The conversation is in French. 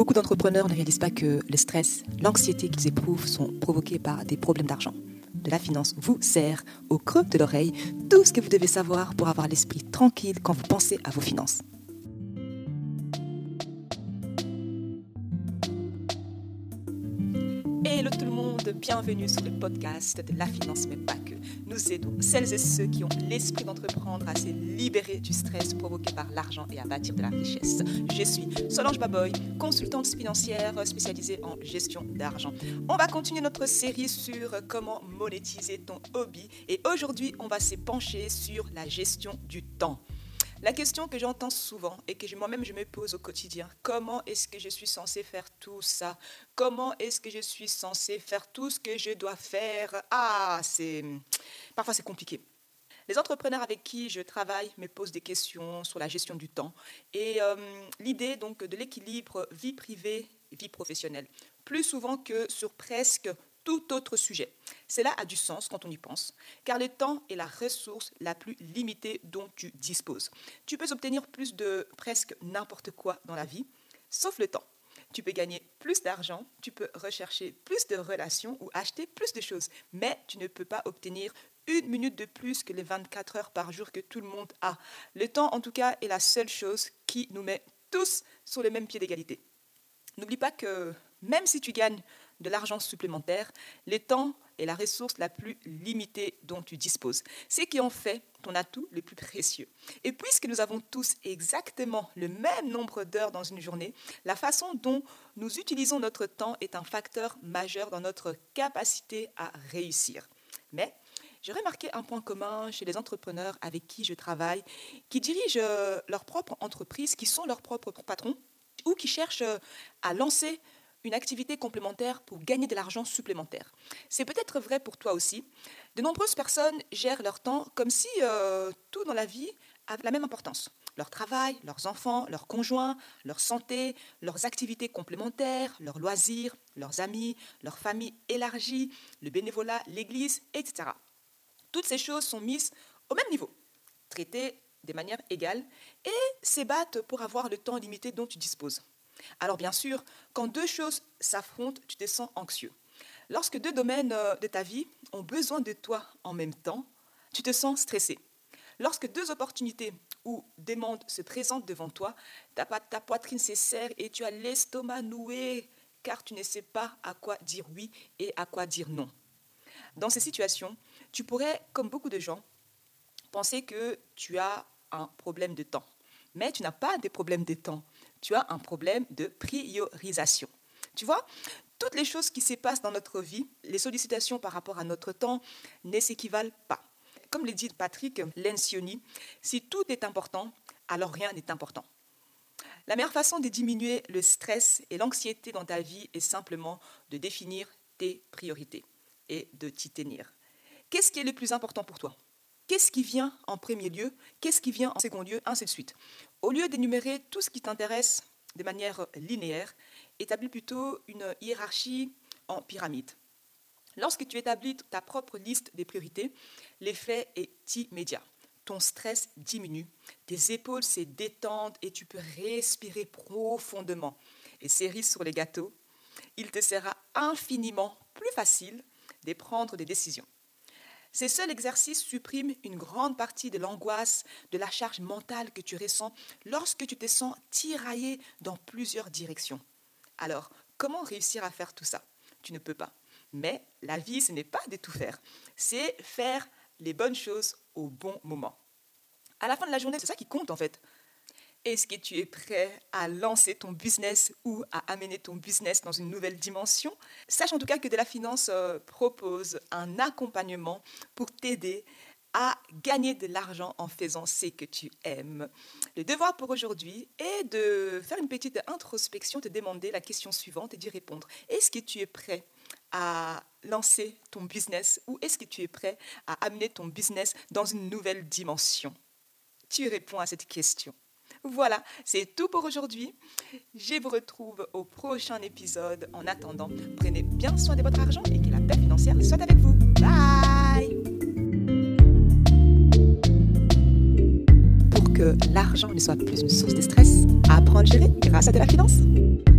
Beaucoup d'entrepreneurs ne réalisent pas que le stress, l'anxiété qu'ils éprouvent sont provoqués par des problèmes d'argent. De la finance vous sert au creux de l'oreille tout ce que vous devez savoir pour avoir l'esprit tranquille quand vous pensez à vos finances. Hello tout le monde, bienvenue sur le podcast de La Finance mais pas que. Nous aidons celles et ceux qui ont l'esprit d'entreprendre à se libérer du stress provoqué par l'argent et à bâtir de la richesse. Je suis Solange Baboy, consultante financière spécialisée en gestion d'argent. On va continuer notre série sur comment monétiser ton hobby et aujourd'hui on va se pencher sur la gestion du temps. La question que j'entends souvent et que moi-même je me pose au quotidien, comment est-ce que je suis censée faire tout ça? Comment est-ce que je suis censée faire tout ce que je dois faire? Parfois c'est compliqué. Les entrepreneurs avec qui je travaille me posent des questions sur la gestion du temps et l'idée donc de l'équilibre vie privée, vie professionnelle, plus souvent que sur presque tout autre sujet. Cela a du sens quand on y pense, car le temps est la ressource la plus limitée dont tu disposes. Tu peux obtenir plus de presque n'importe quoi dans la vie, sauf le temps. Tu peux gagner plus d'argent, tu peux rechercher plus de relations ou acheter plus de choses, mais tu ne peux pas obtenir une minute de plus que les 24 heures par jour que tout le monde a. Le temps, en tout cas, est la seule chose qui nous met tous sur le même pied d'égalité. N'oublie pas que même si tu gagnes de l'argent supplémentaire, le temps est la ressource la plus limitée dont tu disposes. C'est qui en fait ton atout le plus précieux. Et puisque nous avons tous exactement le même nombre d'heures dans une journée, la façon dont nous utilisons notre temps est un facteur majeur dans notre capacité à réussir. Mais j'ai remarqué un point commun chez les entrepreneurs avec qui je travaille, qui dirigent leur propre entreprise, qui sont leurs propres patrons, ou qui cherchent à lancer une activité complémentaire pour gagner de l'argent supplémentaire. C'est peut-être vrai pour toi aussi. De nombreuses personnes gèrent leur temps comme si tout dans la vie avait la même importance. Leur travail, leurs enfants, leurs conjoints, leur santé, leurs activités complémentaires, leurs loisirs, leurs amis, leur famille élargie, le bénévolat, l'église, etc. Toutes ces choses sont mises au même niveau, traitées de manière égale et s'ébattent pour avoir le temps limité dont tu disposes. Alors bien sûr, quand deux choses s'affrontent, tu te sens anxieux. Lorsque deux domaines de ta vie ont besoin de toi en même temps, tu te sens stressé. Lorsque deux opportunités ou demandes se présentent devant toi, ta poitrine se serre et tu as l'estomac noué car tu ne sais pas à quoi dire oui et à quoi dire non. Dans ces situations, tu pourrais, comme beaucoup de gens, penser que tu as un problème de temps. Mais tu n'as pas de problème de temps. Tu as un problème de priorisation. Tu vois, toutes les choses qui se passent dans notre vie, les sollicitations par rapport à notre temps ne s'équivalent pas. Comme le dit Patrick Lencioni, si tout est important, alors rien n'est important. La meilleure façon de diminuer le stress et l'anxiété dans ta vie est simplement de définir tes priorités et de t'y tenir. Qu'est-ce qui est le plus important pour toi ? Qu'est-ce qui vient en premier lieu? Qu'est-ce qui vient en second lieu? Ainsi de suite. Au lieu d'énumérer tout ce qui t'intéresse de manière linéaire, établis plutôt une hiérarchie en pyramide. Lorsque tu établis ta propre liste des priorités, l'effet est immédiat. Ton stress diminue, tes épaules se détendent et tu peux respirer profondément. Et cerise sur les gâteaux, il te sera infiniment plus facile de prendre des décisions. Ces seuls exercices suppriment une grande partie de l'angoisse, de la charge mentale que tu ressens lorsque tu te sens tiraillé dans plusieurs directions. Alors, comment réussir à faire tout ça? Tu ne peux pas. Mais la vie, ce n'est pas de tout faire. C'est faire les bonnes choses au bon moment. À la fin de la journée, c'est ça qui compte en fait. Est-ce que tu es prêt à lancer ton business ou à amener ton business dans une nouvelle dimension? Sache en tout cas que De La Finance propose un accompagnement pour t'aider à gagner de l'argent en faisant ce que tu aimes. Le devoir pour aujourd'hui est de faire une petite introspection, te demander la question suivante et d'y répondre. Est-ce que tu es prêt à lancer ton business ou est-ce que tu es prêt à amener ton business dans une nouvelle dimension? Tu réponds à cette question. Voilà, c'est tout pour aujourd'hui. Je vous retrouve au prochain épisode. En attendant, prenez bien soin de votre argent et que la paix financière soit avec vous. Bye! Pour que l'argent ne soit plus une source de stress, apprends à le gérer grâce à De La Finance.